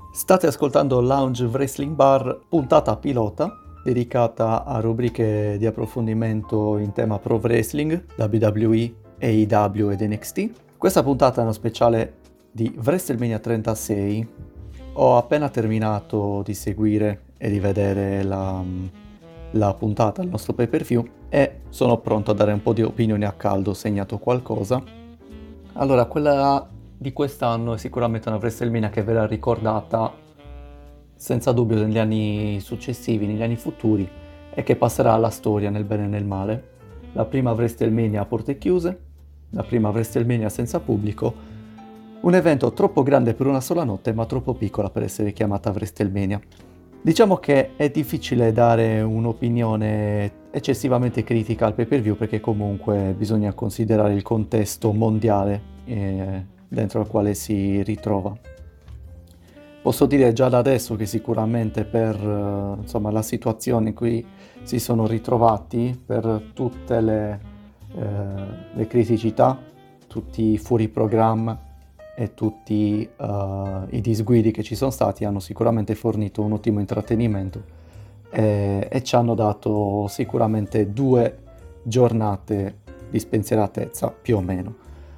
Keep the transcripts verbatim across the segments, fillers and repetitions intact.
State ascoltando Lounge Wrestling Bar, puntata pilota, dedicata a rubriche di approfondimento in tema pro wrestling, W W E, A E W ed N X T. Questa puntata è una speciale di WrestleMania trentasei. Ho appena terminato di seguire e di vedere la, la puntata, il nostro pay-per-view, e sono pronto a dare un po' di opinioni a caldo, ho segnato qualcosa. Allora, quella di quest'anno è sicuramente una WrestleMania che verrà ricordata senza dubbio negli anni successivi, negli anni futuri, e che passerà alla storia nel bene e nel male. La prima WrestleMania a porte chiuse, la prima WrestleMania senza pubblico, un evento troppo grande per una sola notte ma troppo piccola per essere chiamata WrestleMania. Diciamo che è difficile dare un'opinione eccessivamente critica al pay-per-view perché comunque bisogna considerare il contesto mondiale eh, dentro al quale si ritrova. Posso dire già da adesso che sicuramente per uh, insomma, la situazione in cui si sono ritrovati, per tutte le, eh, le criticità, tutti i fuori programma e tutti uh, i disguidi che ci sono stati, hanno sicuramente fornito un ottimo intrattenimento e, e ci hanno dato sicuramente due giornate di spensieratezza più o meno.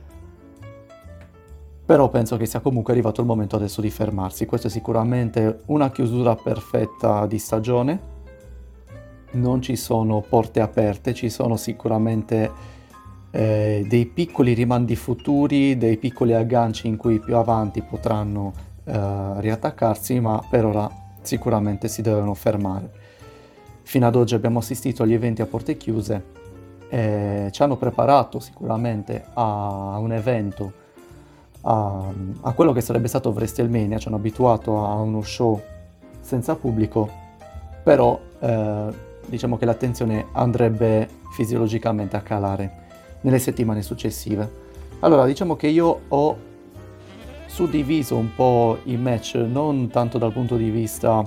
Però penso che sia comunque arrivato il momento adesso di fermarsi. Questa è sicuramente una chiusura perfetta di stagione. Non ci sono porte aperte, ci sono sicuramente eh, dei piccoli rimandi futuri, dei piccoli agganci in cui più avanti potranno eh, riattaccarsi, ma per ora sicuramente si devono fermare. Fino ad oggi abbiamo assistito agli eventi a porte chiuse e ci hanno preparato sicuramente a un evento A, a quello che sarebbe stato WrestleMania, ci hanno abituato a uno show senza pubblico, però eh, diciamo che l'attenzione andrebbe fisiologicamente a calare nelle settimane successive. Allora, diciamo che io ho suddiviso un po' i match non tanto dal punto di vista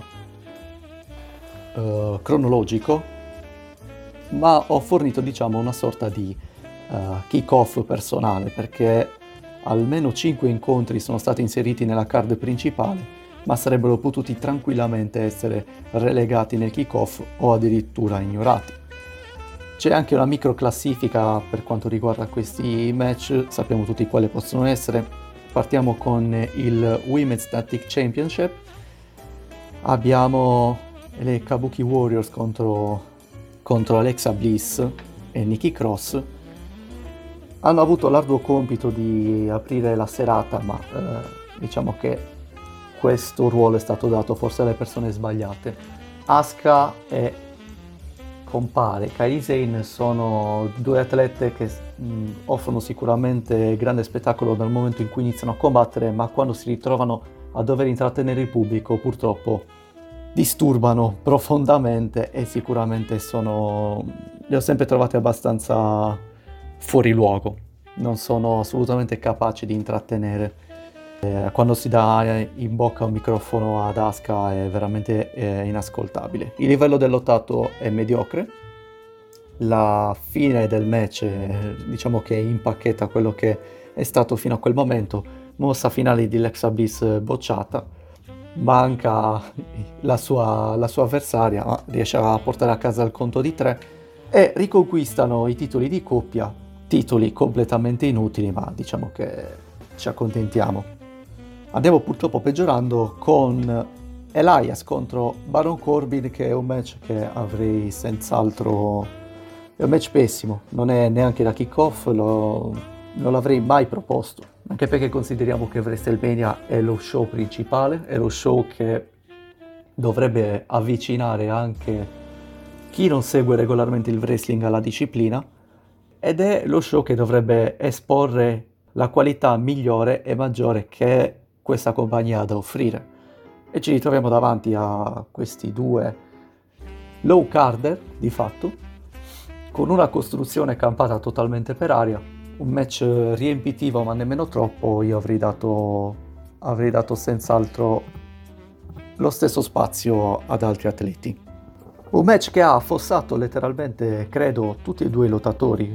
eh, cronologico, ma ho fornito diciamo una sorta di uh, kick-off personale, perché almeno cinque incontri sono stati inseriti nella card principale, ma sarebbero potuti tranquillamente essere relegati nel kick-off o addirittura ignorati. C'è anche una micro classifica per quanto riguarda questi match, sappiamo tutti quali possono essere. Partiamo con il Women's Tag Championship. Abbiamo le Kabuki Warriors contro, contro Alexa Bliss e Nikki Cross. Hanno avuto l'arduo compito di aprire la serata, ma eh, diciamo che questo ruolo è stato dato forse alle persone sbagliate. Asuka e compare Kairi Sane sono due atlete che mh, offrono sicuramente grande spettacolo dal momento in cui iniziano a combattere, ma quando si ritrovano a dover intrattenere il pubblico purtroppo disturbano profondamente e sicuramente sono... le ho sempre trovate abbastanza fuori luogo, non sono assolutamente capaci di intrattenere. Eh, quando si dà in bocca un microfono ad Asuka è veramente eh, inascoltabile. Il livello del lottato è mediocre, la fine del match eh, diciamo che impacchetta quello che è stato fino a quel momento, mossa finale di Alexa Bliss bocciata, manca la sua, la sua avversaria, ma riesce a portare a casa il conto di tre e riconquistano i titoli di coppia. Titoli completamente inutili, ma diciamo che ci accontentiamo. Andiamo purtroppo peggiorando con Elias contro Baron Corbin, che è un match che avrei senz'altro... è un match pessimo, non è neanche da kick-off, lo... non l'avrei mai proposto, anche perché consideriamo che WrestleMania è lo show principale, è lo show che dovrebbe avvicinare anche chi non segue regolarmente il wrestling alla disciplina, ed è lo show che dovrebbe esporre la qualità migliore e maggiore che questa compagnia ha da offrire. E ci ritroviamo davanti a questi due low carder, di fatto, con una costruzione campata totalmente per aria, un match riempitivo ma nemmeno troppo. Io avrei dato, avrei dato senz'altro lo stesso spazio ad altri atleti. Un match che ha affossato letteralmente, credo, tutti e due i lottatori,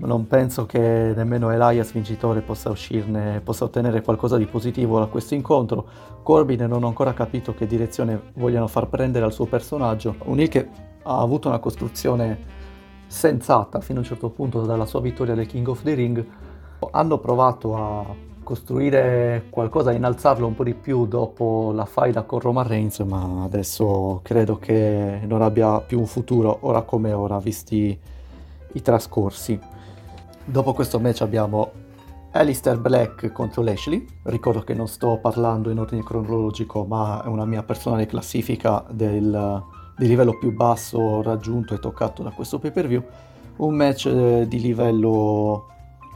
non penso che nemmeno Elias vincitore possa uscirne, possa ottenere qualcosa di positivo da questo incontro. Corbin non ho ancora capito che direzione vogliano far prendere al suo personaggio. O'Neil che ha avuto una costruzione sensata fino a un certo punto dalla sua vittoria del King of the Ring. Hanno provato a costruire qualcosa, a innalzarlo un po' di più dopo la faida con Roman Reigns, ma adesso credo che non abbia più un futuro ora come ora, visti i trascorsi. Dopo questo match abbiamo Aleister Black contro Lashley. Ricordo che non sto parlando in ordine cronologico, ma è una mia personale classifica del, di livello più basso raggiunto e toccato da questo pay-per-view. Un match eh, di livello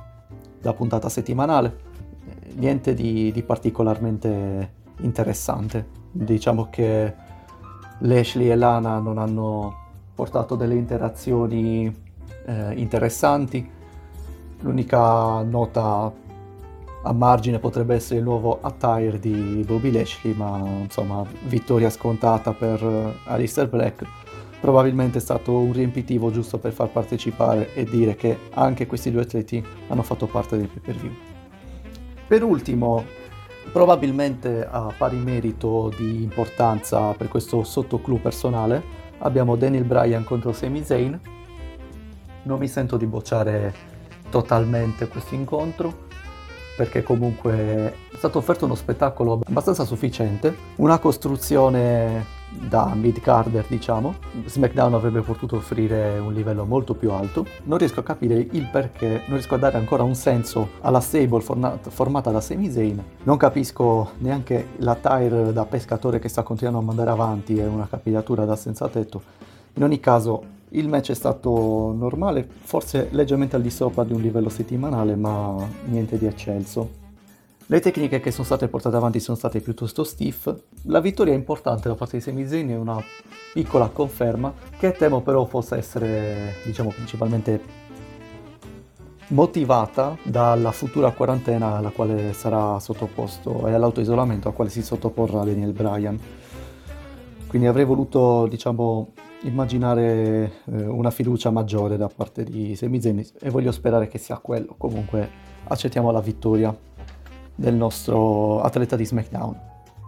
da puntata settimanale, niente di, di particolarmente interessante. Diciamo che Lashley e Lana non hanno portato delle interazioni eh, interessanti. L'unica nota a margine potrebbe essere il nuovo attire di Bobby Lashley, ma insomma vittoria scontata per Aleister Black. Probabilmente è stato un riempitivo giusto per far partecipare e dire che anche questi due atleti hanno fatto parte del pay-per-view. Per ultimo, probabilmente a pari merito di importanza per questo sottoclub personale, abbiamo Daniel Bryan contro Sami Zayn. Non mi sento di bocciare totalmente questo incontro, perché comunque è stato offerto uno spettacolo abbastanza sufficiente, una costruzione da mid-carder, diciamo. SmackDown avrebbe potuto offrire un livello molto più alto. Non riesco a capire il perché, non riesco a dare ancora un senso alla stable fornata, formata da Sami Zayn. Non capisco neanche la tire da pescatore che sta continuando a mandare avanti e una capigliatura da senza tetto. In ogni caso il match è stato normale, forse leggermente al di sopra di un livello settimanale, ma niente di eccelso. Le tecniche che sono state portate avanti sono state piuttosto stiff. La vittoria importante da parte di Sami Zayn è una piccola conferma, che temo però possa essere, diciamo, principalmente motivata dalla futura quarantena alla quale sarà sottoposto e all'autoisolamento al quale si sottoporrà Daniel Bryan. Quindi avrei voluto, diciamo, immaginare eh, una fiducia maggiore da parte di Sami Zayn e voglio sperare che sia quello. Comunque accettiamo la vittoria del nostro atleta di SmackDown.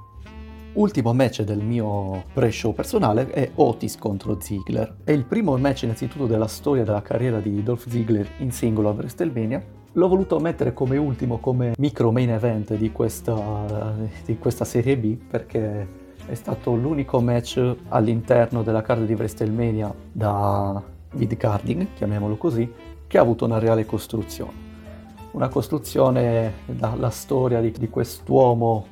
Ultimo match del mio pre-show personale è Otis contro Ziggler. È il primo match innanzitutto della storia della carriera di Dolph Ziggler in singolo a WrestleMania. L'ho voluto mettere come ultimo, come micro main event di questa, di questa serie B, perché è stato l'unico match all'interno della card di WrestleMania da mid-carding, chiamiamolo così, che ha avuto una reale costruzione. Una costruzione, la, la storia di, di quest'uomo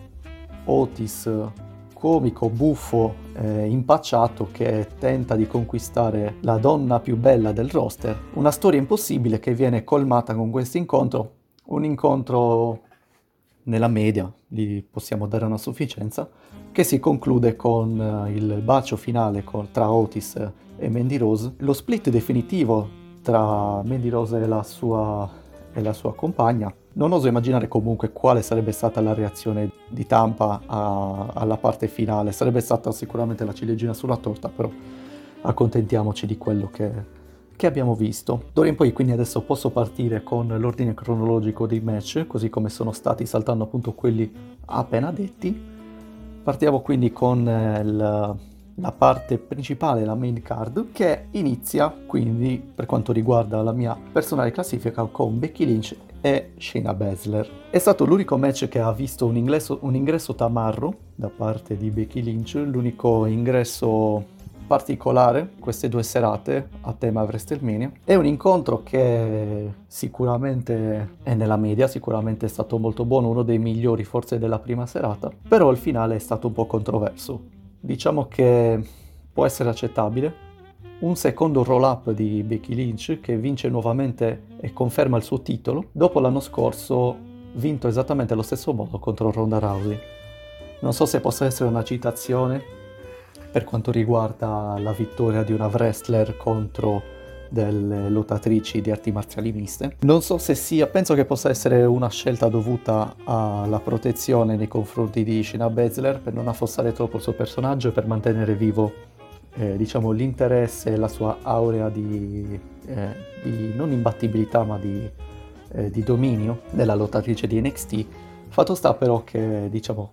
Otis, comico, buffo, eh, impacciato, che tenta di conquistare la donna più bella del roster. Una storia impossibile che viene colmata con questo incontro, un incontro nella media, gli possiamo dare una sufficienza, che si conclude con il bacio finale con, tra Otis e Mandy Rose, lo split definitivo tra Mandy Rose e la sua, e la sua compagna. Non oso immaginare comunque quale sarebbe stata la reazione di Tampa a, alla parte finale, sarebbe stata sicuramente la ciliegina sulla torta, però accontentiamoci di quello che, che abbiamo visto. D'ora in poi quindi adesso posso partire con l'ordine cronologico dei match, così come sono stati, saltando appunto quelli appena detti. Partiamo quindi con il, la parte principale, la main card, che inizia quindi per quanto riguarda la mia personale classifica con Becky Lynch e Shayna Baszler. È stato l'unico match che ha visto un ingresso, un ingresso tamarro da parte di Becky Lynch, l'unico ingresso particolare queste due serate a tema WrestleMania. È un incontro che sicuramente è nella media, sicuramente è stato molto buono, uno dei migliori forse della prima serata, però il finale è stato un po' controverso. Diciamo che può essere accettabile. Un secondo roll-up di Becky Lynch che vince nuovamente e conferma il suo titolo dopo l'anno scorso vinto esattamente allo stesso modo contro Ronda Rousey. Non so se possa essere una citazione per quanto riguarda la vittoria di una wrestler contro delle lottatrici di arti marziali miste. Non so se sia, penso che possa essere una scelta dovuta alla protezione nei confronti di Shayna Baszler per non affossare troppo il suo personaggio e per mantenere vivo eh, diciamo, l'interesse e la sua aurea di, eh, di non imbattibilità ma di, eh, di dominio della lottatrice di N X T. Fatto sta però che, diciamo,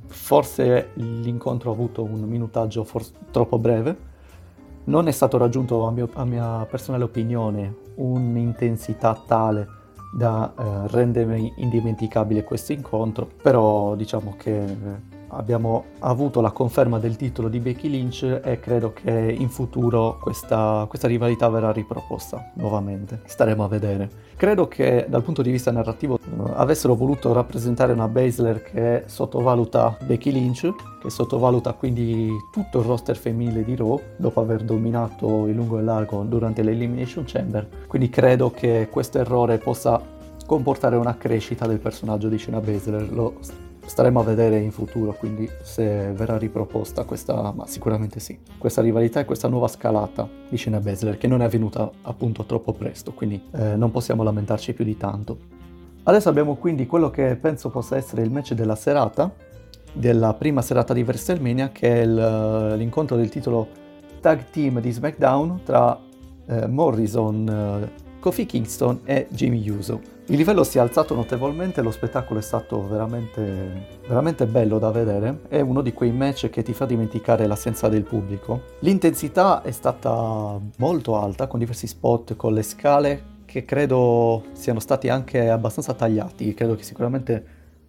forse l'incontro ha avuto un minutaggio forse troppo breve, non è stato raggiunto, a, mio, a mia personale opinione, un'intensità tale da eh, rendere indimenticabile questo incontro, però diciamo che abbiamo avuto la conferma del titolo di Becky Lynch e credo che in futuro questa, questa rivalità verrà riproposta nuovamente. Staremo a vedere. Credo che dal punto di vista narrativo eh, avessero voluto rappresentare una Baszler che sottovaluta Becky Lynch, che sottovaluta quindi tutto il roster femminile di Raw dopo aver dominato in lungo e largo durante l'Elimination Chamber. Quindi credo che questo errore possa comportare una crescita del personaggio di Shayna Baszler. Lo staremo a vedere in futuro, quindi se verrà riproposta questa, ma sicuramente sì, questa rivalità e questa nuova scalata di Shayna Baszler, che non è avvenuta appunto troppo presto, quindi eh, non possiamo lamentarci più di tanto. Adesso abbiamo quindi quello che penso possa essere il match della serata, della prima serata di WrestleMania, che è il, l'incontro del titolo Tag Team di SmackDown tra eh, Morrison, eh, Kofi Kingston e Jimmy Uso. Il livello si è alzato notevolmente, lo spettacolo è stato veramente, veramente bello da vedere, è uno di quei match che ti fa dimenticare l'assenza del pubblico. L'intensità è stata molto alta, con diversi spot, con le scale, che credo siano stati anche abbastanza tagliati. Credo che sicuramente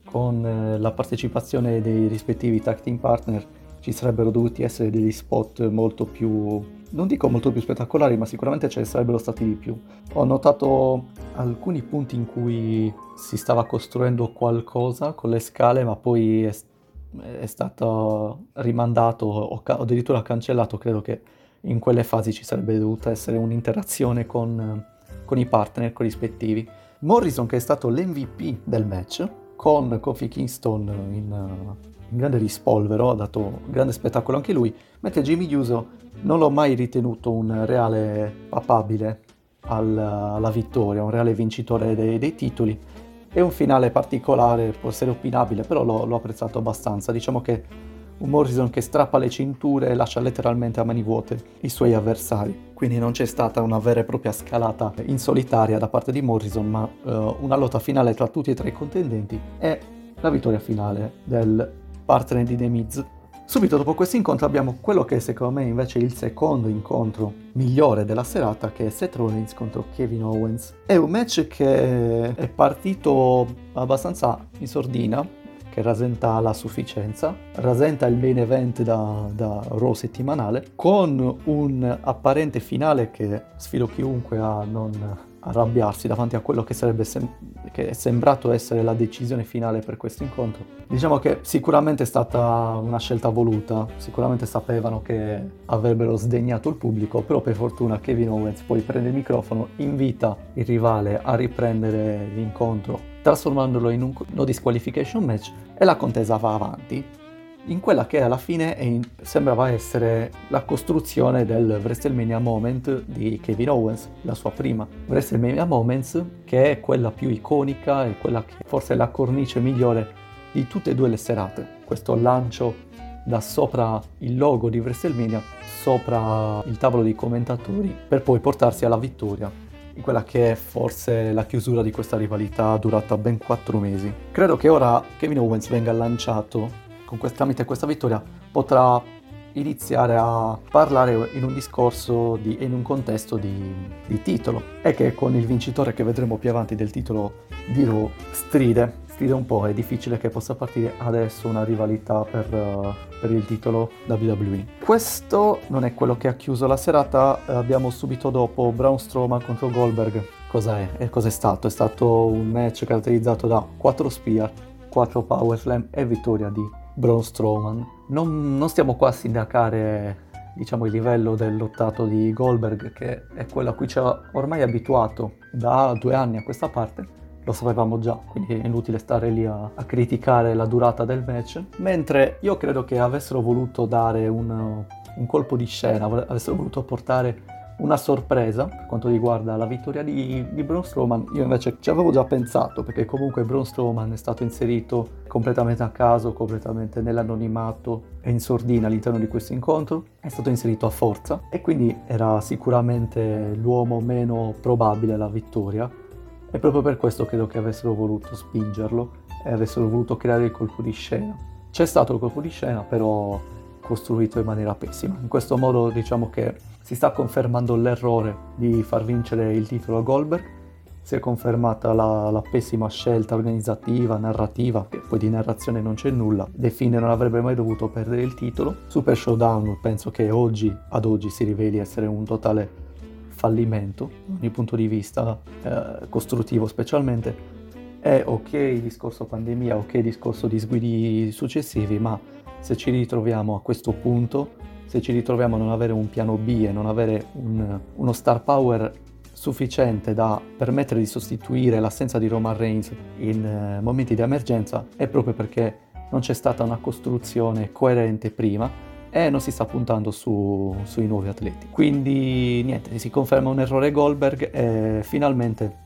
con la partecipazione dei rispettivi tag team partner ci sarebbero dovuti essere degli spot molto più, non dico molto più spettacolari, ma sicuramente ce ne sarebbero stati di più. Ho notato alcuni punti in cui si stava costruendo qualcosa con le scale, ma poi è, è stato rimandato o, ca- o addirittura cancellato. Credo che in quelle fasi ci sarebbe dovuta essere un'interazione con, con i partner, con i rispettivi. Morrison, che è stato l'M V P del match, con Kofi Kingston in, in grande rispolvero, ha dato grande spettacolo anche lui, mentre Jimmy Uso non l'ho mai ritenuto un reale papabile al, alla vittoria, un reale vincitore dei, dei titoli. È un finale particolare, può essere opinabile, però l'ho, l'ho apprezzato abbastanza. Diciamo che un Morrison che strappa le cinture e lascia letteralmente a mani vuote i suoi avversari. Quindi non c'è stata una vera e propria scalata in solitaria da parte di Morrison, ma uh, una lotta finale tra tutti e tre i contendenti e la vittoria finale del partner di The Miz. Subito dopo questo incontro abbiamo quello che secondo me invece è il secondo incontro migliore della serata, che è Seth Rollins contro Kevin Owens. È un match che è partito abbastanza in sordina, che rasenta la sufficienza, rasenta il main event da, da Raw settimanale, con un apparente finale che sfido chiunque a non arrabbiarsi davanti a quello che sarebbe sem- che è sembrato essere la decisione finale per questo incontro. Diciamo che sicuramente è stata una scelta voluta, sicuramente sapevano che avrebbero sdegnato il pubblico, però per fortuna Kevin Owens poi prende il microfono, invita il rivale a riprendere l'incontro, trasformandolo in un no disqualification match, e la contesa va avanti in quella che alla fine è in, sembrava essere la costruzione del WrestleMania Moment di Kevin Owens, la sua prima WrestleMania Moments, che è quella più iconica e quella che forse è la cornice migliore di tutte e due le serate. Questo lancio da sopra il logo di WrestleMania, sopra il tavolo dei commentatori, per poi portarsi alla vittoria in quella che è forse la chiusura di questa rivalità durata ben quattro mesi. Credo che ora Kevin Owens venga lanciato con quest- tramite questa vittoria, potrà iniziare a parlare in un discorso di, in un contesto di, di titolo, e che con il vincitore che vedremo più avanti del titolo di Raw stride, stride un po'. È difficile che possa partire adesso una rivalità per, uh, per il titolo W W E. Questo non è quello che ha chiuso la serata. Abbiamo subito dopo Braun Strowman contro Goldberg. Cos'è? E cos'è stato? È stato un match caratterizzato da quattro spear, quattro power slam e vittoria di Braun Strowman. Non, non stiamo qua a sindacare, diciamo, il livello del lottato di Goldberg, che è quello a cui ci ha ormai abituato da due anni a questa parte. Lo sapevamo già, quindi è inutile stare lì a, a criticare la durata del match. Mentre io credo che avessero voluto dare un, un colpo di scena, avessero voluto portare una sorpresa per quanto riguarda la vittoria di, di Braun Strowman. Io invece ci avevo già pensato, perché comunque Braun Strowman è stato inserito completamente a caso, completamente nell'anonimato e in sordina all'interno di questo incontro, è stato inserito a forza e quindi era sicuramente l'uomo meno probabile alla vittoria, e proprio per questo credo che avessero voluto spingerlo e avessero voluto creare il colpo di scena. C'è stato il colpo di scena, però costruito in maniera pessima. In questo modo diciamo che si sta confermando l'errore di far vincere il titolo a Goldberg, si è confermata la, la pessima scelta organizzativa, narrativa, che poi di narrazione non c'è nulla. The Fiend non avrebbe mai dovuto perdere il titolo. Super Showdown penso che oggi, ad oggi, si riveli essere un totale fallimento, da ogni punto di vista eh, costruttivo specialmente. È ok il discorso pandemia, ok il discorso di sguidi successivi, ma se ci ritroviamo a questo punto, se ci ritroviamo a non avere un piano B e non avere un, uno star power sufficiente da permettere di sostituire l'assenza di Roman Reigns in eh, momenti di emergenza, è proprio perché non c'è stata una costruzione coerente prima e non si sta puntando su, sui nuovi atleti. Quindi niente, si conferma un errore Goldberg e finalmente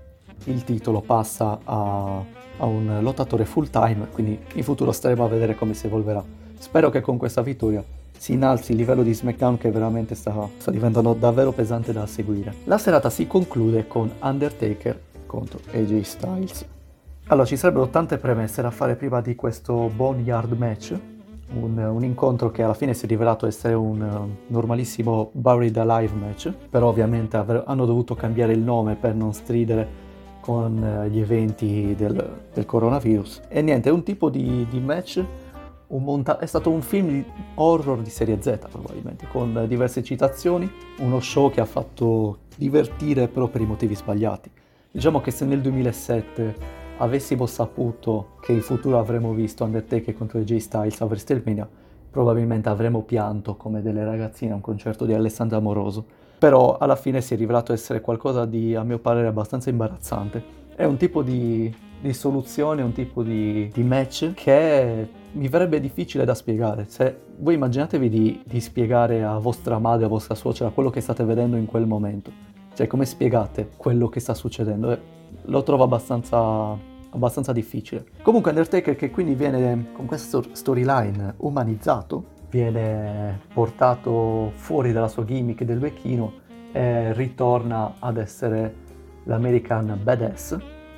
il titolo passa a, a un lottatore full time, quindi in futuro staremo a vedere come si evolverà. Spero che con questa vittoria si innalzi il livello di SmackDown, che veramente sta, sta diventando davvero pesante da seguire. La serata si conclude con Undertaker contro A J Styles. Allora, ci sarebbero tante premesse da fare prima di questo Boneyard match, un, un incontro che alla fine si è rivelato essere un uh, normalissimo Buried Alive match, però ovviamente avre- hanno dovuto cambiare il nome per non stridere con uh, gli eventi del, del coronavirus. E niente, è un tipo di, di match, un monta- è stato un film di horror di serie Z probabilmente, con uh, diverse citazioni, uno show che ha fatto divertire però per i motivi sbagliati. Diciamo che se nel duemilasette avessimo saputo che in futuro avremmo visto Undertaker contro A J Styles a WrestleMania, probabilmente avremmo pianto come delle ragazzine a un concerto di Alessandro Amoroso. Però alla fine si è rivelato essere qualcosa di, a mio parere, abbastanza imbarazzante. È un tipo di, di soluzione, un tipo di, di match che mi verrebbe difficile da spiegare. Se voi immaginatevi di, di spiegare a vostra madre, a vostra suocera, quello che state vedendo in quel momento. Cioè, come spiegate quello che sta succedendo? Eh, lo trovo abbastanza, abbastanza difficile. Comunque Undertaker, che quindi viene con questa storyline umanizzato, viene portato fuori dalla sua gimmick del vecchino e ritorna ad essere l'American Badass.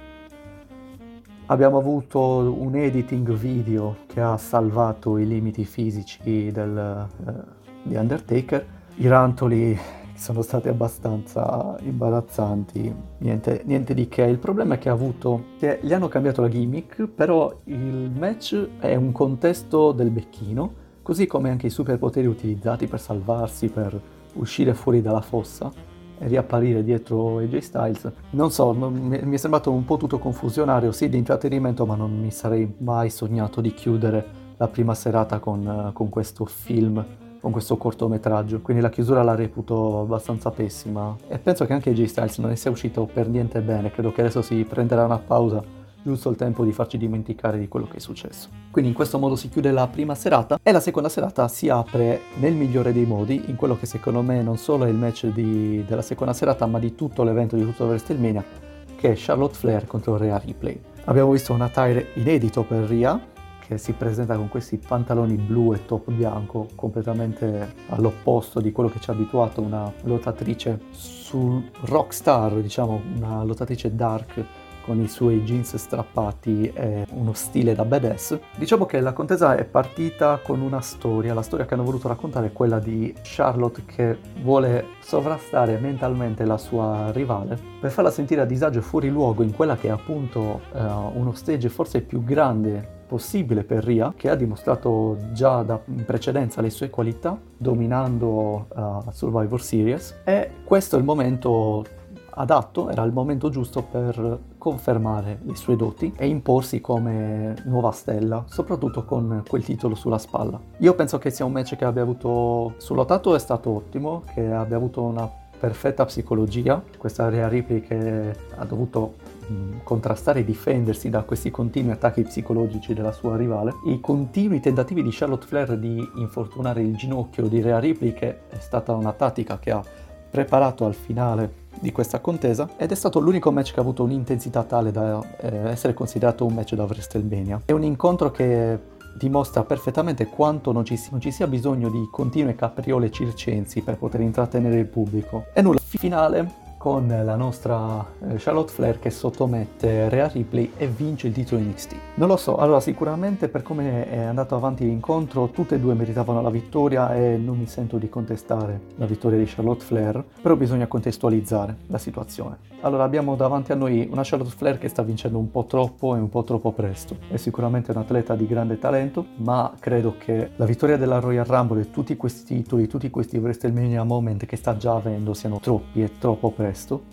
Abbiamo avuto un editing video che ha salvato i limiti fisici del, eh, di Undertaker. I rantoli sono stati abbastanza imbarazzanti, niente, niente di che. Il problema è che ha avuto che gli hanno cambiato la gimmick, però il match è un contesto del becchino, così come anche i superpoteri utilizzati per salvarsi, per uscire fuori dalla fossa e riapparire dietro A J Styles. Non so, non, mi, mi è sembrato un po' tutto confusionario, sì, di intrattenimento, ma non mi sarei mai sognato di chiudere la prima serata con, con questo film, con questo cortometraggio, quindi la chiusura la reputo abbastanza pessima e penso che anche A J Styles non ne sia uscito per niente bene. Credo che adesso si prenderà una pausa, giusto il tempo di farci dimenticare di quello che è successo. Quindi in questo modo si chiude la prima serata e la seconda serata si apre nel migliore dei modi, in quello che secondo me non solo è il match di, della seconda serata, ma di tutto l'evento, di tutto WrestleMania, che è Charlotte Flair contro Rhea Ripley. Abbiamo visto un attire inedito per Rhea, che si presenta con questi pantaloni blu e top bianco, completamente all'opposto di quello che ci ha abituato una lottatrice sul rockstar, diciamo, una lottatrice dark con i suoi jeans strappati e uno stile da badass. Diciamo che la contesa è partita con una storia, la storia che hanno voluto raccontare è quella di Charlotte che vuole sovrastare mentalmente la sua rivale per farla sentire a disagio e fuori luogo in quella che è appunto uh, uno stage forse più grande possibile per Rhea, che ha dimostrato già da in precedenza le sue qualità dominando uh, Survivor Series, e questo è il momento adatto, era il momento giusto per confermare le sue doti e imporsi come nuova stella, soprattutto con quel titolo sulla spalla. Io penso che sia un match che abbia avuto, sul lottato è stato ottimo, che abbia avuto una perfetta psicologia, questa Rhea Ripley che ha dovuto mh, contrastare e difendersi da questi continui attacchi psicologici della sua rivale, i continui tentativi di Charlotte Flair di infortunare il ginocchio di Rhea Ripley, che è stata una tattica che ha preparato al finale di questa contesa ed è stato l'unico match che ha avuto un'intensità tale da eh, essere considerato un match da WrestleMania. È un incontro che dimostra perfettamente quanto non ci, non ci sia bisogno di continue capriole circensi per poter intrattenere il pubblico. E nulla, finale con la nostra eh, Charlotte Flair che sottomette Rhea Ripley e vince il titolo N X T. Non lo so, allora sicuramente per come è andato avanti l'incontro tutte e due meritavano la vittoria e non mi sento di contestare la vittoria di Charlotte Flair, però bisogna contestualizzare la situazione. Allora abbiamo davanti a noi una Charlotte Flair che sta vincendo un po' troppo e un po' troppo presto. È sicuramente un atleta di grande talento, ma credo che la vittoria della Royal Rumble e tutti questi titoli, tutti questi WrestleMania moment che sta già avendo siano troppi e troppo presto.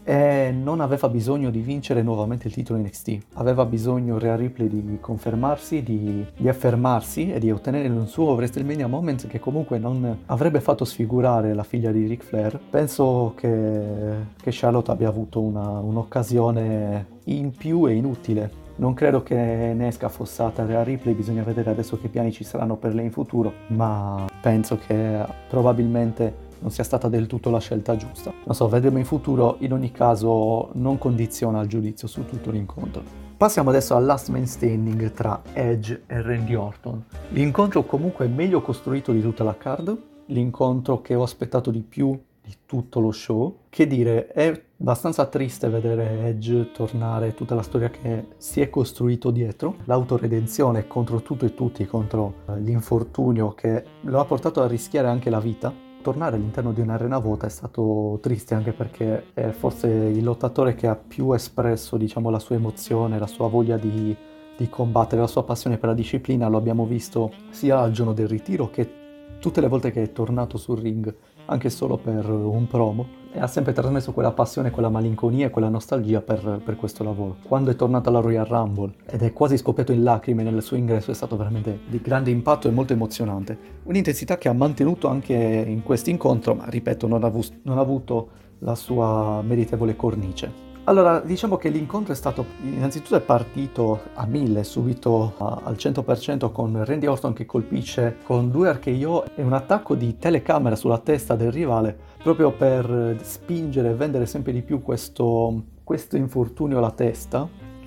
E non aveva bisogno di vincere nuovamente il titolo N X T, aveva bisogno Rhea Ripley di confermarsi, di, di affermarsi e di ottenere un suo WrestleMania moment che comunque non avrebbe fatto sfigurare la figlia di Ric Flair. Penso che, che Charlotte abbia avuto una, un'occasione in più e inutile. Non credo che ne esca affossata Rhea Ripley, bisogna vedere adesso che piani ci saranno per lei in futuro, ma penso che probabilmente non sia stata del tutto la scelta giusta. Non so, vedremo in futuro, in ogni caso non condiziona il giudizio su tutto l'incontro. Passiamo adesso al last man standing tra Edge e Randy Orton. L'incontro comunque meglio costruito di tutta la card, l'incontro che ho aspettato di più di tutto lo show. Che dire, è abbastanza triste vedere Edge tornare, tutta la storia che si è costruito dietro, l'autoredenzione contro tutto e tutti, contro l'infortunio che lo ha portato a rischiare anche la vita. Tornare all'interno di un'arena vuota è stato triste anche perché è forse il lottatore che ha più espresso, diciamo, la sua emozione, la sua voglia di, di combattere, la sua passione per la disciplina. Lo abbiamo visto sia al giorno del ritiro che tutte le volte che è tornato sul ring, anche solo per un promo, e ha sempre trasmesso quella passione, quella malinconia e quella nostalgia per, per questo lavoro. Quando è tornato alla Royal Rumble ed è quasi scoppiato in lacrime nel suo ingresso è stato veramente di grande impatto e molto emozionante. Un'intensità che ha mantenuto anche in questo incontro, ma ripeto, non ha, avu- non ha avuto la sua meritevole cornice. Allora, diciamo che l'incontro è stato, innanzitutto è partito a mille, subito a, al cento per cento con Randy Orton che colpisce con due R K O e un attacco di telecamera sulla testa del rivale, proprio per spingere e vendere sempre di più questo, questo infortunio alla testa,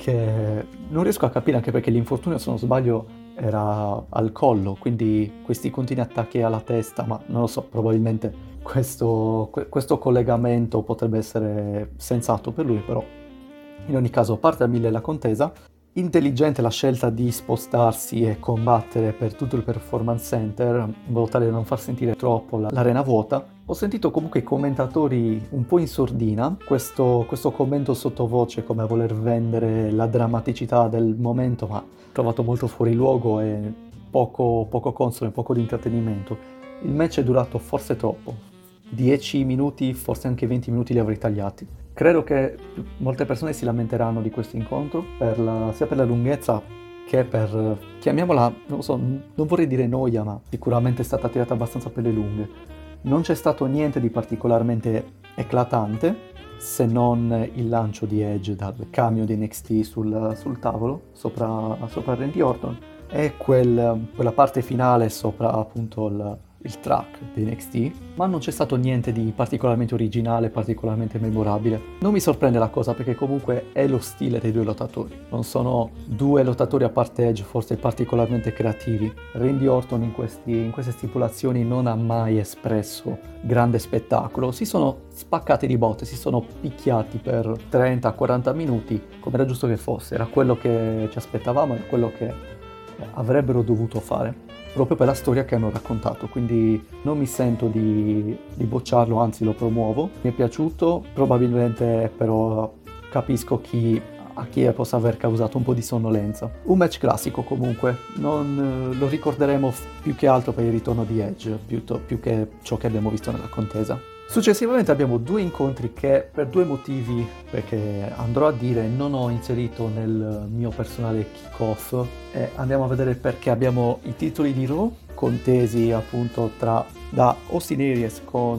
che non riesco a capire anche perché l'infortunio, se non sbaglio, era al collo, quindi questi continui attacchi alla testa, ma non lo so, probabilmente questo, questo collegamento potrebbe essere sensato per lui, però in ogni caso parte a mille la contesa. Intelligente la scelta di spostarsi e combattere per tutto il Performance Center in modo tale da non far sentire troppo l'arena vuota. Ho sentito comunque i commentatori un po' in sordina, questo, questo commento sottovoce come a voler vendere la drammaticità del momento, ma trovato molto fuori luogo e poco, poco consono e poco di intrattenimento. Il match è durato forse troppo, dieci minuti, forse anche venti minuti li avrei tagliati. Credo che molte persone si lamenteranno di questo incontro, per la, sia per la lunghezza che per, chiamiamola, non so, non vorrei dire noia, ma sicuramente è stata tirata abbastanza per le lunghe. Non c'è stato niente di particolarmente eclatante, se non il lancio di Edge dal cameo di N X T sul, sul tavolo, sopra, sopra Randy Orton, e quel, quella parte finale sopra appunto il, il track di N X T, ma non c'è stato niente di particolarmente originale, particolarmente memorabile. Non mi sorprende la cosa perché comunque è lo stile dei due lottatori, non sono due lottatori a parte Edge forse particolarmente creativi. Randy Orton in, questi, in queste stipulazioni non ha mai espresso grande spettacolo, si sono spaccati di botte, si sono picchiati per trenta quaranta minuti come era giusto che fosse, era quello che ci aspettavamo, era quello che avrebbero dovuto fare, proprio per la storia che hanno raccontato, quindi non mi sento di, di bocciarlo, anzi lo promuovo. Mi è piaciuto, probabilmente però capisco chi, a chi possa aver causato un po' di sonnolenza. Un match classico comunque, non lo ricorderemo più che altro per il ritorno di Edge, più, to, più che ciò che abbiamo visto nella contesa. Successivamente abbiamo due incontri che per due motivi, perché andrò a dire, non ho inserito nel mio personale kick-off, e andiamo a vedere perché. Abbiamo i titoli di Raw contesi appunto tra da Austin Aries con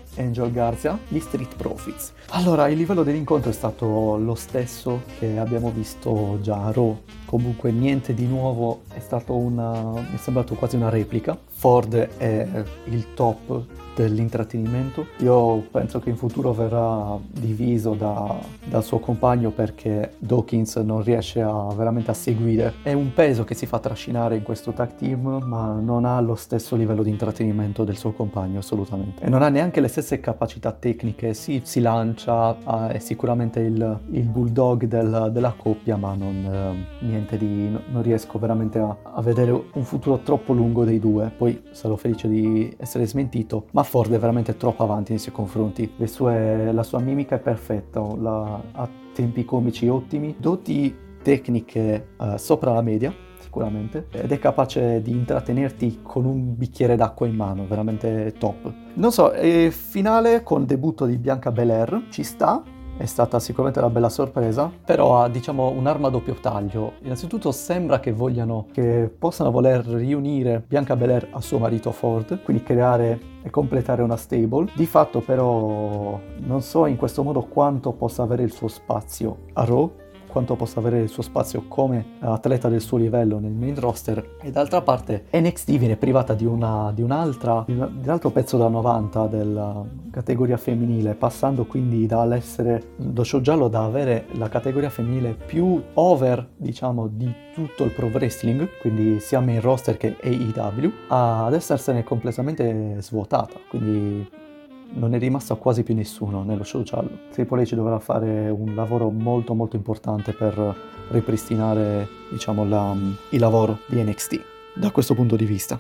Angel Garza, gli Street Profits. Allora, il livello dell'incontro è stato lo stesso che abbiamo visto già a Raw, comunque niente di nuovo, è stato una, mi è sembrato quasi una replica. Ford è il top dell'intrattenimento. Io penso che in futuro verrà diviso da, dal suo compagno perché Dawkins non riesce a, veramente a seguire. È un peso che si fa trascinare in questo tag team, ma non ha lo stesso livello di intrattenimento del suo compagno assolutamente. E non ha neanche le stesse capacità tecniche. Sì, si lancia, è sicuramente il, il bulldog del, della coppia, ma non, eh, niente di, non riesco veramente a, a vedere un futuro troppo lungo dei due. Poi sarò felice di essere smentito, ma Ford è veramente troppo avanti nei suoi confronti. Le sue, la sua mimica è perfetta, la, ha tempi comici ottimi, doti tecniche uh, sopra la media sicuramente, ed è capace di intrattenerti con un bicchiere d'acqua in mano, veramente top. Non so, e finale con il debutto di Bianca Belair, ci sta, è stata sicuramente una bella sorpresa, però ha, diciamo, un'arma a doppio taglio. Innanzitutto sembra che vogliano, che possano voler riunire Bianca Belair a suo marito Ford, quindi creare e completare una stable. Di fatto però non so in questo modo quanto possa avere il suo spazio a Raw, quanto possa avere il suo spazio come atleta del suo livello nel main roster, e d'altra parte N X T viene privata di, una, di, un'altra, di, una, di un altro pezzo da novanta della categoria femminile, passando quindi dall'essere lo show giallo, da avere la categoria femminile più over, diciamo, di tutto il pro wrestling, quindi sia main roster che A E W, ad essersene completamente svuotata, quindi non è rimasto quasi più nessuno nello show giallo. Triple H dovrà fare un lavoro molto molto importante per ripristinare, diciamo, la, il lavoro di N X T da questo punto di vista.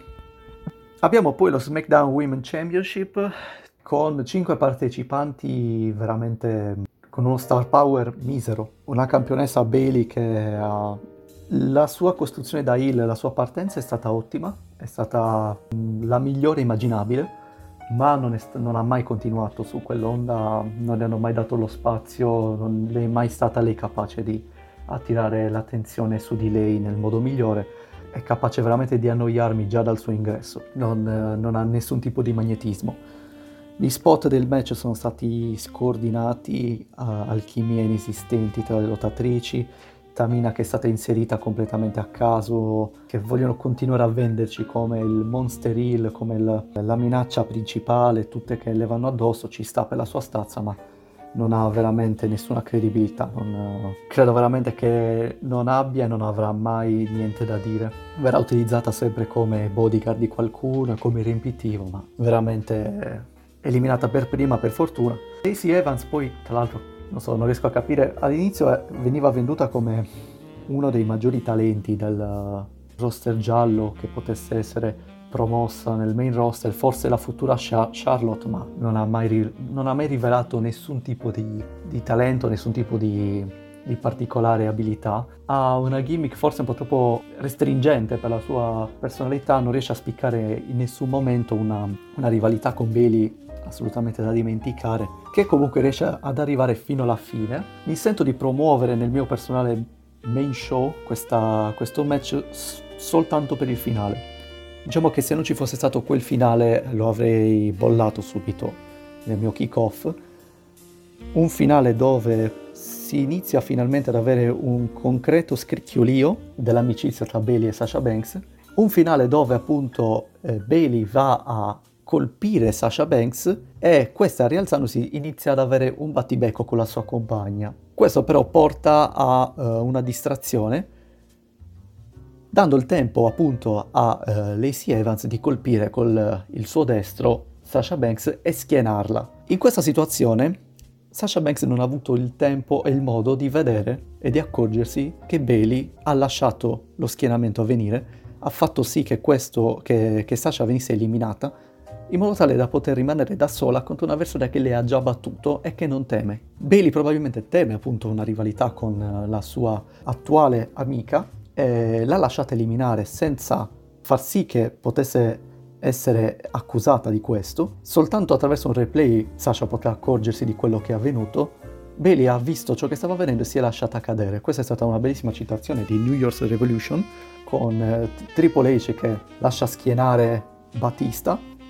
Abbiamo poi lo SmackDown Women's Championship con cinque partecipanti veramente con uno star power misero. Una campionessa Bayley che ha la sua costruzione da heel, la sua partenza è stata ottima, è stata la migliore immaginabile, ma non, è st- non ha mai continuato su quell'onda, non le hanno mai dato lo spazio, non è mai stata lei capace di attirare l'attenzione su di lei nel modo migliore, è capace veramente di annoiarmi già dal suo ingresso, non, eh, non ha nessun tipo di magnetismo. Gli spot del match sono stati scordinati, uh, alchimie inesistenti tra le lottatrici, Tamina che è stata inserita completamente a caso, che vogliono continuare a venderci come il Monster Heel, come il, la minaccia principale, tutte che le vanno addosso, ci sta per la sua stazza, ma non ha veramente nessuna credibilità, non, credo veramente che non abbia e non avrà mai niente da dire. Verrà utilizzata sempre come bodyguard di qualcuno, come riempitivo, ma veramente eliminata per prima, per fortuna. Lacey Evans poi, tra l'altro, non so, non riesco a capire, all'inizio veniva venduta come uno dei maggiori talenti del roster giallo che potesse essere promossa nel main roster, forse la futura Char- Charlotte, ma non ha mai, ri- non ha mai rivelato nessun tipo di, di talento, nessun tipo di, di particolare abilità. Ha una gimmick forse un po' troppo restringente per la sua personalità, non riesce a spiccare in nessun momento una, una rivalità con Bayley assolutamente da dimenticare, che comunque riesce ad arrivare fino alla fine. Mi sento di promuovere nel mio personale main show questa, questo match s- soltanto per il finale. Diciamo che se non ci fosse stato quel finale lo avrei bollato subito nel mio kick-off. Un finale dove si inizia finalmente ad avere un concreto scricchiolio dell'amicizia tra Bayley e Sasha Banks. Un finale dove appunto eh, Bayley va a colpire Sasha Banks e questa, rialzandosi, inizia ad avere un battibecco con la sua compagna. Questo però porta a uh, una distrazione, dando il tempo appunto a uh, Lacey Evans di colpire col il suo destro Sasha Banks e schienarla. In questa situazione Sasha Banks non ha avuto il tempo e il modo di vedere e di accorgersi che Bayley ha lasciato lo schienamento avvenire, ha fatto sì che, questo, che, che Sasha venisse eliminata, in modo tale da poter rimanere da sola contro un avversario che lei ha già battuto e che non teme. Bayley probabilmente teme appunto una rivalità con la sua attuale amica e l'ha lasciata eliminare senza far sì che potesse essere accusata di questo. Soltanto attraverso un replay Sasha potrà accorgersi di quello che è avvenuto. Bayley ha visto ciò che stava avvenendo e si è lasciata cadere. Questa è stata una bellissima citazione di New Year's Revolution con eh, Triple H che lascia schienare Batista.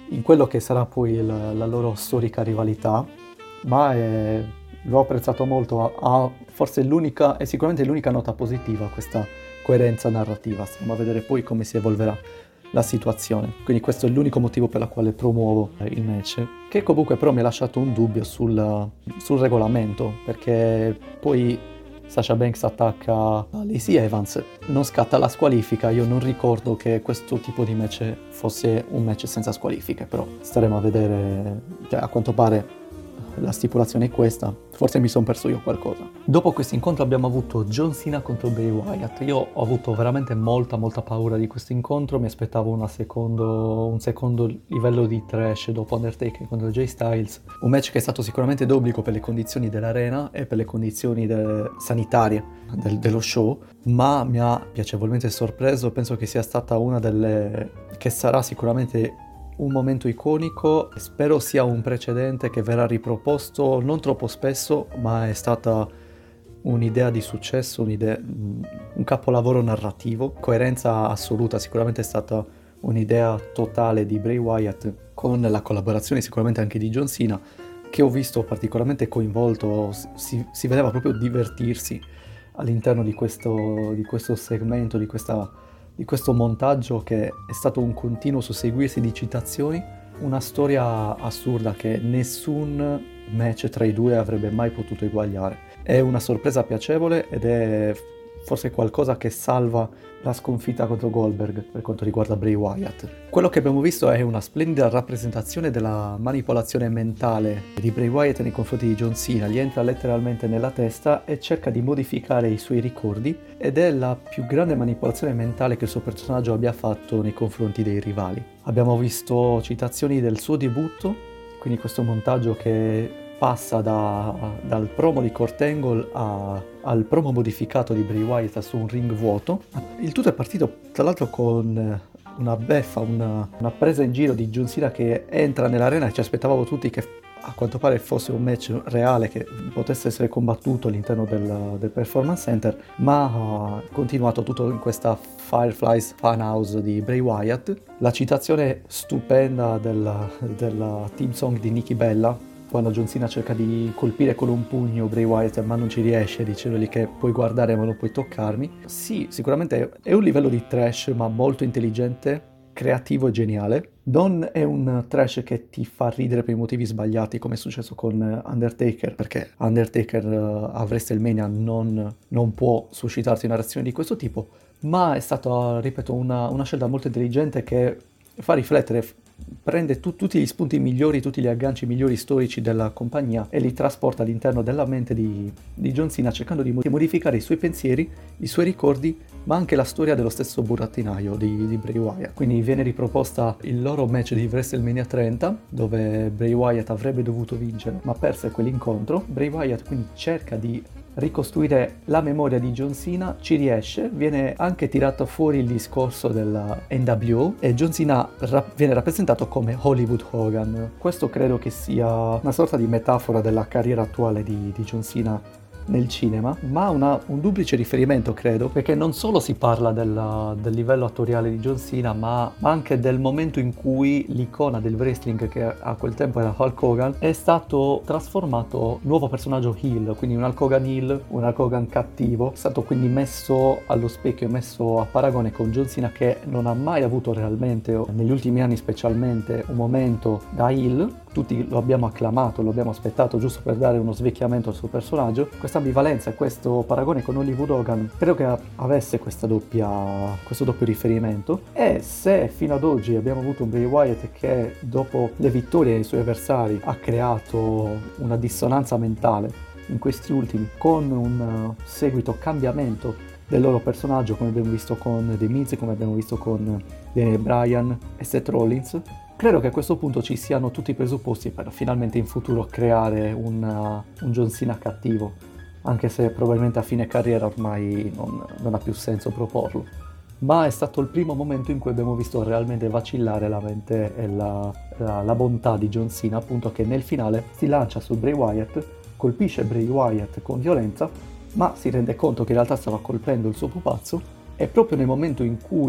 in quello che sarà poi la, la loro storica rivalità, ma è, l'ho apprezzato molto, ha, ha forse l'unica, è sicuramente l'unica nota positiva questa coerenza narrativa. Stiamo a vedere poi come si evolverà la situazione, quindi questo è l'unico motivo per il quale promuovo il match, che comunque però mi ha lasciato un dubbio sul, sul regolamento, perché poi Sasha Banks attacca Lacey Evans, non scatta la squalifica. Io non ricordo che questo tipo di match fosse un match senza squalifiche, però staremo a vedere, cioè, a quanto pare la stipulazione è questa, forse mi sono perso io qualcosa. Dopo questo incontro abbiamo avuto John Cena contro Bray Wyatt. Io ho avuto veramente molta molta paura di questo incontro, mi aspettavo una secondo, un secondo livello di trash dopo Undertaker contro Jay Styles, un match che è stato sicuramente d'obbligo per le condizioni dell'arena e per le condizioni de- sanitarie del- dello show, ma mi ha piacevolmente sorpreso. Penso che sia stata una delle, che sarà sicuramente un momento iconico, spero sia un precedente che verrà riproposto non troppo spesso, ma è stata un'idea di successo, un'idea, un capolavoro narrativo, coerenza assoluta. Sicuramente è stata un'idea totale di Bray Wyatt, con la collaborazione sicuramente anche di John Cena, che ho visto particolarmente coinvolto, si, si vedeva proprio divertirsi all'interno di questo, di questo segmento, di questa di questo montaggio, che è stato un continuo susseguirsi di citazioni, una storia assurda che nessun match tra i due avrebbe mai potuto eguagliare. È una sorpresa piacevole ed è forse qualcosa che salva la sconfitta contro Goldberg per quanto riguarda Bray Wyatt. Quello che abbiamo visto è una splendida rappresentazione della manipolazione mentale di Bray Wyatt nei confronti di John Cena. Gli entra letteralmente nella testa e cerca di modificare i suoi ricordi, ed è la più grande manipolazione mentale che il suo personaggio abbia fatto nei confronti dei rivali. Abbiamo visto citazioni del suo debutto, quindi questo montaggio che passa da, dal promo di Kurt Angle a, al promo modificato di Bray Wyatt su un ring vuoto. Il tutto è partito tra l'altro con una beffa, una, una presa in giro di John Cena che entra nell'arena, e ci aspettavamo tutti che a quanto pare fosse un match reale che potesse essere combattuto all'interno del, del Performance Center, ma ha continuato tutto in questa Fireflies Funhouse di Bray Wyatt. La citazione stupenda della, della team song di Nikki Bella, quando John Cena cerca di colpire con un pugno Bray Wyatt ma non ci riesce, dicendogli che puoi guardare ma non puoi toccarmi. Sì, sicuramente è un livello di trash, ma molto intelligente, creativo e geniale. Non è un trash che ti fa ridere per i motivi sbagliati, come è successo con Undertaker, perché Undertaker uh, a WrestleMania non, non può suscitarti una reazione di questo tipo, ma è stata, ripeto, una, una scelta molto intelligente che fa riflettere, prende tu, tutti gli spunti migliori, tutti gli agganci migliori storici della compagnia e li trasporta all'interno della mente di, di John Cena, cercando di modificare i suoi pensieri, i suoi ricordi, ma anche la storia dello stesso burattinaio di, di Bray Wyatt. Quindi viene riproposta il loro match di WrestleMania trenta, dove Bray Wyatt avrebbe dovuto vincere, ma perse quell'incontro. Bray Wyatt quindi cerca di ricostruire la memoria di John Cena, ci riesce, viene anche tirato fuori il discorso della N W O e John Cena rap- viene rappresentato come Hollywood Hogan. Questo credo che sia una sorta di metafora della carriera attuale di, di John Cena nel cinema, ma una, un duplice riferimento, credo, perché non solo si parla della, del livello attoriale di John Cena, ma, ma anche del momento in cui l'icona del wrestling, che a quel tempo era Hulk Hogan, è stato trasformato nuovo personaggio heel, quindi un Hulk Hogan heel, un Hulk Hogan cattivo, è stato quindi messo allo specchio, messo a paragone con John Cena, che non ha mai avuto realmente, negli ultimi anni specialmente, un momento da heel. Tutti lo abbiamo acclamato, lo abbiamo aspettato giusto per dare uno svecchiamento al suo personaggio. Questa ambivalenza e questo paragone con Hollywood Hogan credo che avesse questa doppia, questo doppio riferimento. E se fino ad oggi abbiamo avuto un Bray Wyatt che dopo le vittorie dei suoi avversari ha creato una dissonanza mentale in questi ultimi, con un seguito cambiamento del loro personaggio, come abbiamo visto con The Miz, come abbiamo visto con Daniel Bryan e Seth Rollins, credo che a questo punto ci siano tutti i presupposti per finalmente in futuro creare un, uh, un John Cena cattivo, anche se probabilmente a fine carriera ormai non, non ha più senso proporlo. Ma è stato il primo momento in cui abbiamo visto realmente vacillare la mente e la, la, la bontà di John Cena, appunto, che nel finale si lancia su Bray Wyatt, colpisce Bray Wyatt con violenza, ma si rende conto che in realtà stava colpendo il suo pupazzo, e proprio nel momento in cui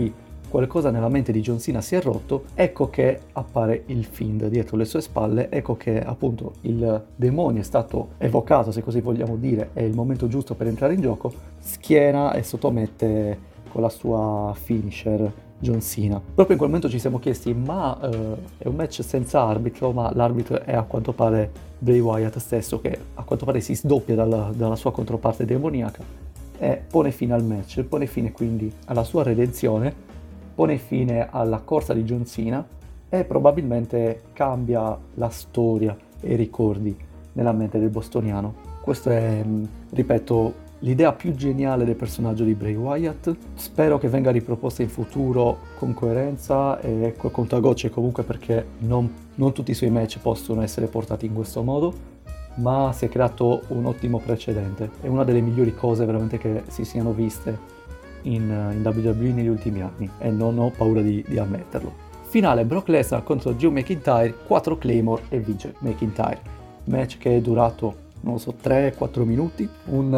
qualcosa nella mente di John Cena si è rotto, ecco che appare il Fiend dietro le sue spalle, ecco che appunto il demonio è stato evocato, se così vogliamo dire, è il momento giusto per entrare in gioco, schiena e sottomette con la sua finisher John Cena. Proprio in quel momento ci siamo chiesti, ma eh, è un match senza arbitro, ma l'arbitro è a quanto pare Bray Wyatt stesso, che a quanto pare si sdoppia dalla, dalla sua controparte demoniaca e pone fine al match, pone fine quindi alla sua redenzione, pone fine alla corsa di John Cena e probabilmente cambia la storia e i ricordi nella mente del bostoniano. Questa è, ripeto, l'idea più geniale del personaggio di Bray Wyatt. Spero che venga riproposta in futuro con coerenza e col contagocce, comunque, perché non, non tutti i suoi match possono essere portati in questo modo, ma si è creato un ottimo precedente. È una delle migliori cose veramente che si siano viste in, in W W E negli ultimi anni e non ho paura di, di ammetterlo. Finale Brock Lesnar contro Drew McIntyre, quattro Claymore e vince McIntyre. Match che è durato, non so, tre quattro minuti, un,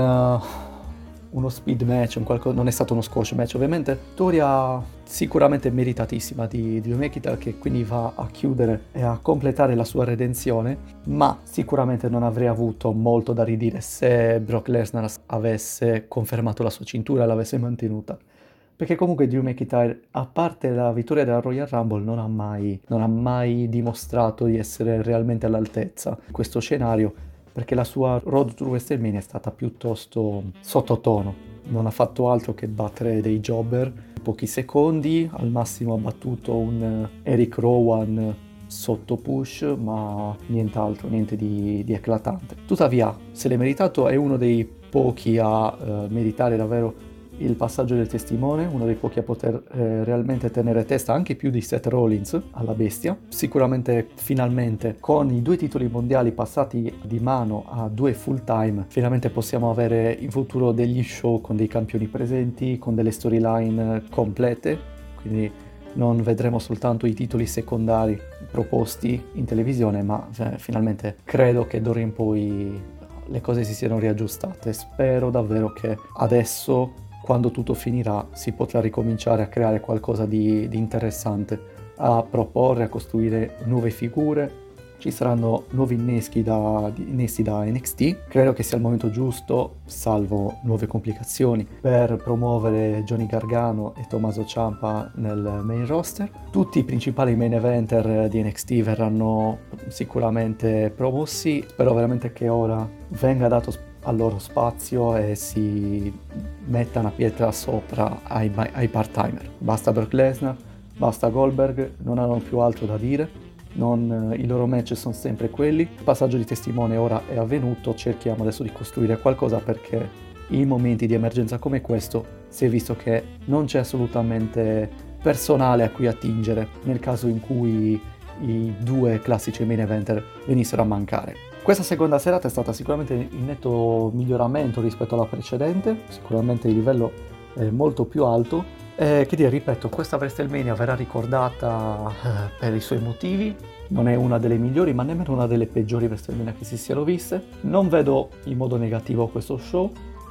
uh, uno speed match, un qualcosa, non è stato uno squash match ovviamente, vittoria sicuramente meritatissima di Drew McIntyre, che quindi va a chiudere e a completare la sua redenzione, ma sicuramente non avrei avuto molto da ridire se Brock Lesnar avesse confermato la sua cintura e l'avesse mantenuta. Perché comunque Drew McIntyre, a parte la vittoria della Royal Rumble, non ha mai, non ha mai dimostrato di essere realmente all'altezza di questo scenario, perché la sua Road to WrestleMania è stata piuttosto sottotono. Non ha fatto altro che battere dei jobber in pochi secondi, al massimo ha battuto un Eric Rowan sotto push, ma nient'altro, niente di, di eclatante. Tuttavia, se l'è meritato, è uno dei pochi a uh, meritare davvero il passaggio del testimone, uno dei pochi a poter eh, realmente tenere testa anche più di Seth Rollins alla bestia. Sicuramente finalmente con i due titoli mondiali passati di mano a due full time, finalmente possiamo avere in futuro degli show con dei campioni presenti, con delle storyline complete, quindi non vedremo soltanto i titoli secondari proposti in televisione, ma cioè, finalmente credo che d'ora in poi le cose si siano riaggiustate. Spero davvero che adesso, quando tutto finirà, si potrà ricominciare a creare qualcosa di, di interessante, a proporre, a costruire nuove figure. Ci saranno nuovi inneschi da, inneschi da N X T. Credo che sia il momento giusto, salvo nuove complicazioni, per promuovere Johnny Gargano e Tommaso Ciampa nel main roster. Tutti i principali main eventer di N X T verranno sicuramente promossi. Spero veramente che ora venga dato al loro spazio e si metta una pietra sopra ai, ai part-timer. Basta Brock Lesnar, basta Goldberg, non hanno più altro da dire. Non, i loro match sono sempre quelli. Il passaggio di testimone ora è avvenuto, cerchiamo adesso di costruire qualcosa, perché in momenti di emergenza come questo si è visto che non c'è assolutamente personale a cui attingere nel caso in cui i due classici main eventer venissero a mancare. Questa seconda serata è stata sicuramente in netto miglioramento rispetto alla precedente, sicuramente il livello è molto più alto. Eh, che dire, ripeto, questa WrestleMania verrà ricordata eh, per i suoi motivi. Non è una delle migliori, ma nemmeno una delle peggiori WrestleMania che si siano viste. Non vedo in modo negativo questo show,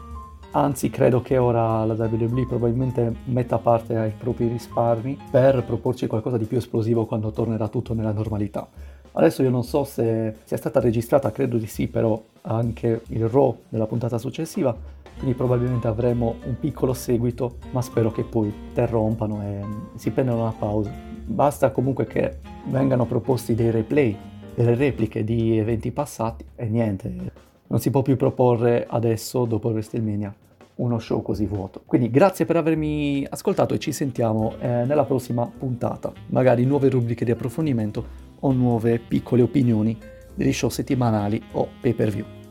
anzi credo che ora la W W E probabilmente metta parte ai propri risparmi per proporci qualcosa di più esplosivo quando tornerà tutto nella normalità. Adesso io non so se sia stata registrata, credo di sì, però anche il Raw della puntata successiva, quindi probabilmente avremo un piccolo seguito, ma spero che poi interrompano e si prendano una pausa. Basta comunque che vengano proposti dei replay, delle repliche di eventi passati e niente, non si può più proporre adesso, dopo WrestleMania, uno show così vuoto. Quindi grazie per avermi ascoltato e ci sentiamo eh, nella prossima puntata, magari nuove rubriche di approfondimento o nuove piccole opinioni degli show settimanali o pay per view.